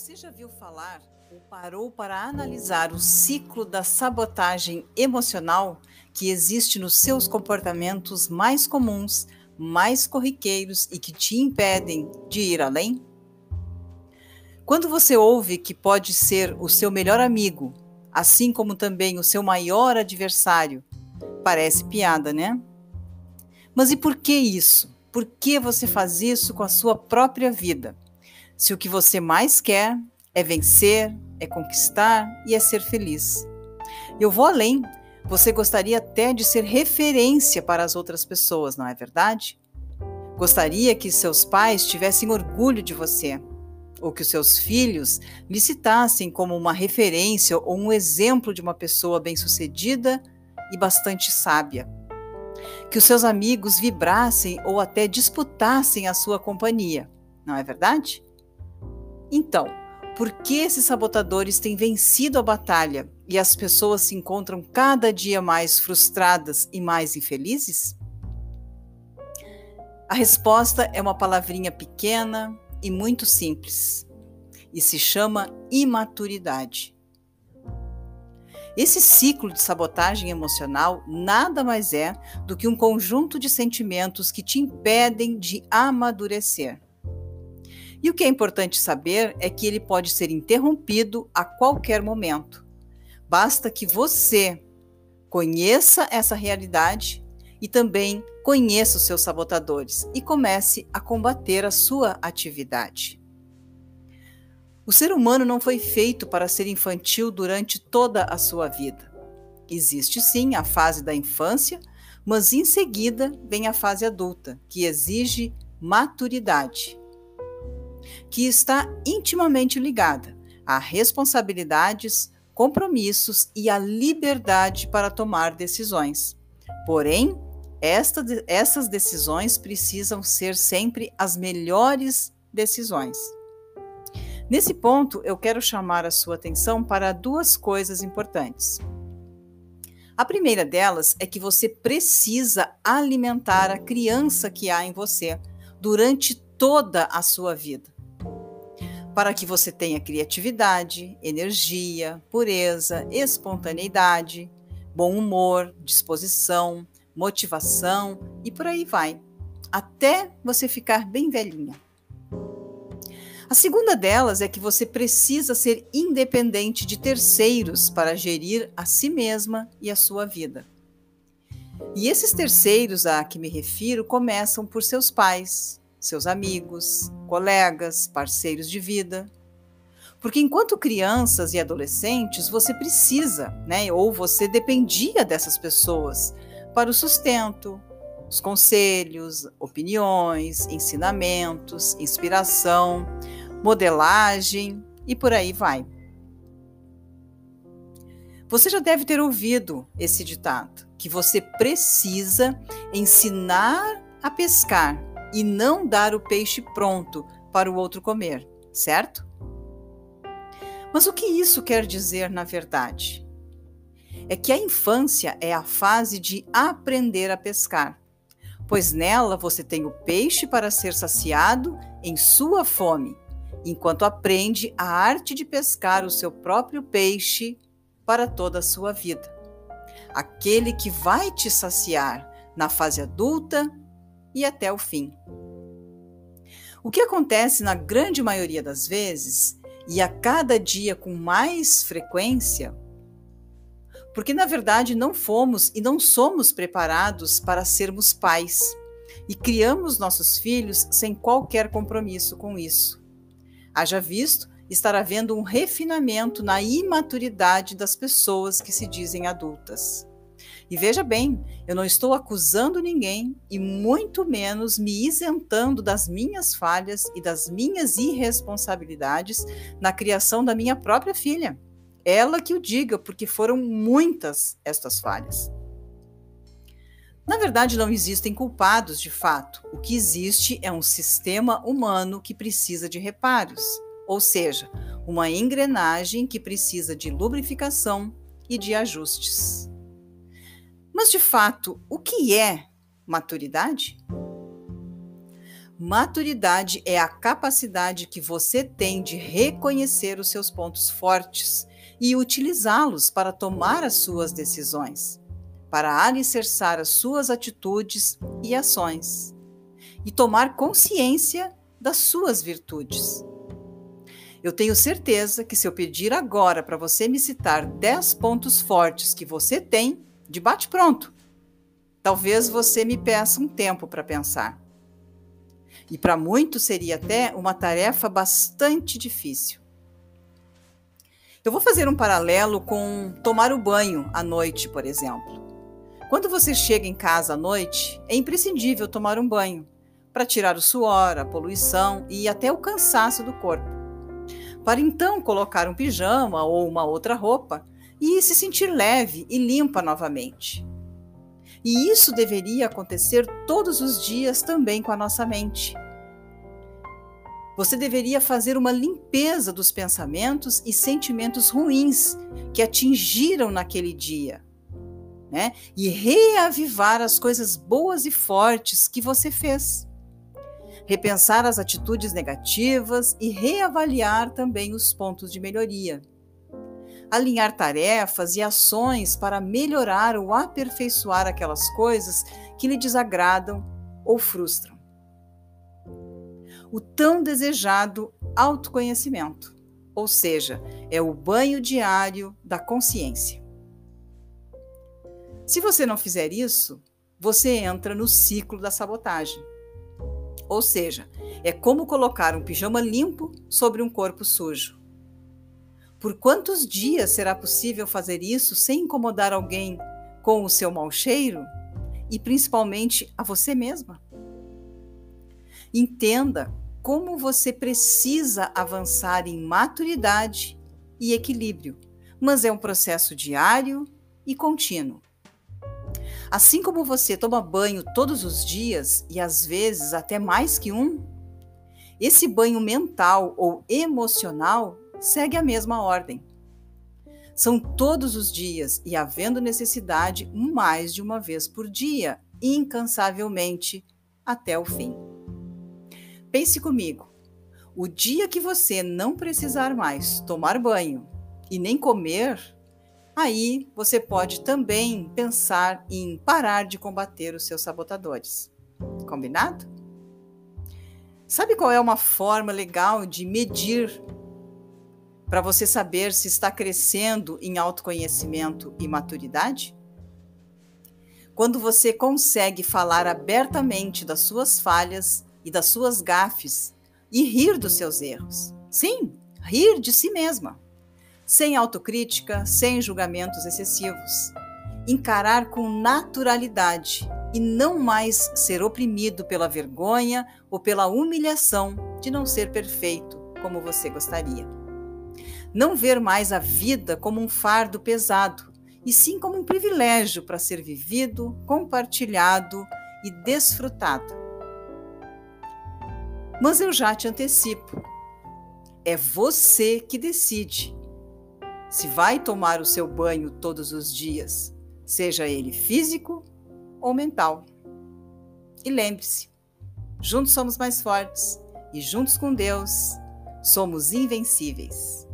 Você já viu falar ou parou para analisar o ciclo da sabotagem emocional que existe nos seus comportamentos mais comuns, mais corriqueiros e que te impedem de ir além? Quando você ouve que pode ser o seu melhor amigo, assim como também o seu maior adversário, parece piada, né? Mas e por que isso? Por que você faz isso com a sua própria vida? Se o que você mais quer é vencer, é conquistar e é ser feliz. Eu vou além. Você gostaria até de ser referência para as outras pessoas, não é verdade? Gostaria que seus pais tivessem orgulho de você, ou que os seus filhos lhe citassem como uma referência ou um exemplo de uma pessoa bem-sucedida e bastante sábia. Que os seus amigos vibrassem ou até disputassem a sua companhia, não é verdade? Então, por que esses sabotadores têm vencido a batalha e as pessoas se encontram cada dia mais frustradas e mais infelizes? A resposta é uma palavrinha pequena e muito simples, e se chama imaturidade. Esse ciclo de sabotagem emocional nada mais é do que um conjunto de sentimentos que te impedem de amadurecer. E o que é importante saber é que ele pode ser interrompido a qualquer momento. Basta que você conheça essa realidade e também conheça os seus sabotadores e comece a combater a sua atividade. O ser humano não foi feito para ser infantil durante toda a sua vida. Existe sim a fase da infância, mas em seguida vem a fase adulta, que exige maturidade, que está intimamente ligada a responsabilidades, compromissos e a liberdade para tomar decisões. Porém, essas decisões precisam ser sempre as melhores decisões. Nesse ponto, eu quero chamar a sua atenção para duas coisas importantes. A primeira delas é que você precisa alimentar a criança que há em você durante toda a sua vida, para que você tenha criatividade, energia, pureza, espontaneidade, bom humor, disposição, motivação e por aí vai, até você ficar bem velhinha. A segunda delas é que você precisa ser independente de terceiros para gerir a si mesma e a sua vida. E esses terceiros a que me refiro começam por seus pais, seus amigos, colegas, parceiros de vida. Porque enquanto crianças e adolescentes, você precisa, ou você dependia dessas pessoas para o sustento, os conselhos, opiniões, ensinamentos, inspiração, modelagem e por aí vai. Você já deve ter ouvido esse ditado, que você precisa ensinar a pescar e não dar o peixe pronto para o outro comer, certo? Mas o que isso quer dizer na verdade? É que a infância é a fase de aprender a pescar, pois nela você tem o peixe para ser saciado em sua fome, enquanto aprende a arte de pescar o seu próprio peixe para toda a sua vida. Aquele que vai te saciar na fase adulta e até o fim. O que acontece na grande maioria das vezes, e a cada dia com mais frequência, porque na verdade não fomos e não somos preparados para sermos pais, e criamos nossos filhos sem qualquer compromisso com isso. Haja visto estar havendo um refinamento na imaturidade das pessoas que se dizem adultas. E veja bem, eu não estou acusando ninguém e muito menos me isentando das minhas falhas e das minhas irresponsabilidades na criação da minha própria filha. Ela que o diga, porque foram muitas estas falhas. Na verdade, não existem culpados de fato. O que existe é um sistema humano que precisa de reparos, ou seja, uma engrenagem que precisa de lubrificação e de ajustes. Mas, de fato, o que é maturidade? Maturidade é a capacidade que você tem de reconhecer os seus pontos fortes e utilizá-los para tomar as suas decisões, para alicerçar as suas atitudes e ações, e tomar consciência das suas virtudes. Eu tenho certeza que se eu pedir agora para você me citar 10 pontos fortes que você tem, de bate-pronto, talvez você me peça um tempo para pensar. E para muitos seria até uma tarefa bastante difícil. Eu vou fazer um paralelo com tomar o banho à noite, por exemplo. Quando você chega em casa à noite, é imprescindível tomar um banho para tirar o suor, a poluição e até o cansaço do corpo, para então colocar um pijama ou uma outra roupa e se sentir leve e limpa novamente. E isso deveria acontecer todos os dias também com a nossa mente. Você deveria fazer uma limpeza dos pensamentos e sentimentos ruins que atingiram naquele dia, né? E reavivar as coisas boas e fortes que você fez. Repensar as atitudes negativas e reavaliar também os pontos de melhoria. Alinhar tarefas e ações para melhorar ou aperfeiçoar aquelas coisas que lhe desagradam ou frustram. O tão desejado autoconhecimento, ou seja, é o banho diário da consciência. Se você não fizer isso, você entra no ciclo da sabotagem. Ou seja, é como colocar um pijama limpo sobre um corpo sujo. Por quantos dias será possível fazer isso sem incomodar alguém com o seu mau cheiro e principalmente a você mesma? Entenda como você precisa avançar em maturidade e equilíbrio, mas é um processo diário e contínuo. Assim como você toma banho todos os dias e às vezes até mais que um, esse banho mental ou emocional segue a mesma ordem. São todos os dias e havendo necessidade mais de uma vez por dia, incansavelmente, até o fim. Pense comigo, o dia que você não precisar mais tomar banho e nem comer, aí você pode também pensar em parar de combater os seus sabotadores. Combinado? Sabe qual é uma forma legal de medir para você saber se está crescendo em autoconhecimento e maturidade? Quando você consegue falar abertamente das suas falhas e das suas gafes e rir dos seus erros. Sim, rir de si mesma. Sem autocrítica, sem julgamentos excessivos. Encarar com naturalidade e não mais ser oprimido pela vergonha ou pela humilhação de não ser perfeito como você gostaria. Não ver mais a vida como um fardo pesado, e sim como um privilégio para ser vivido, compartilhado e desfrutado. Mas eu já te antecipo, é você que decide se vai tomar o seu banho todos os dias, seja ele físico ou mental. E lembre-se, juntos somos mais fortes e juntos com Deus somos invencíveis.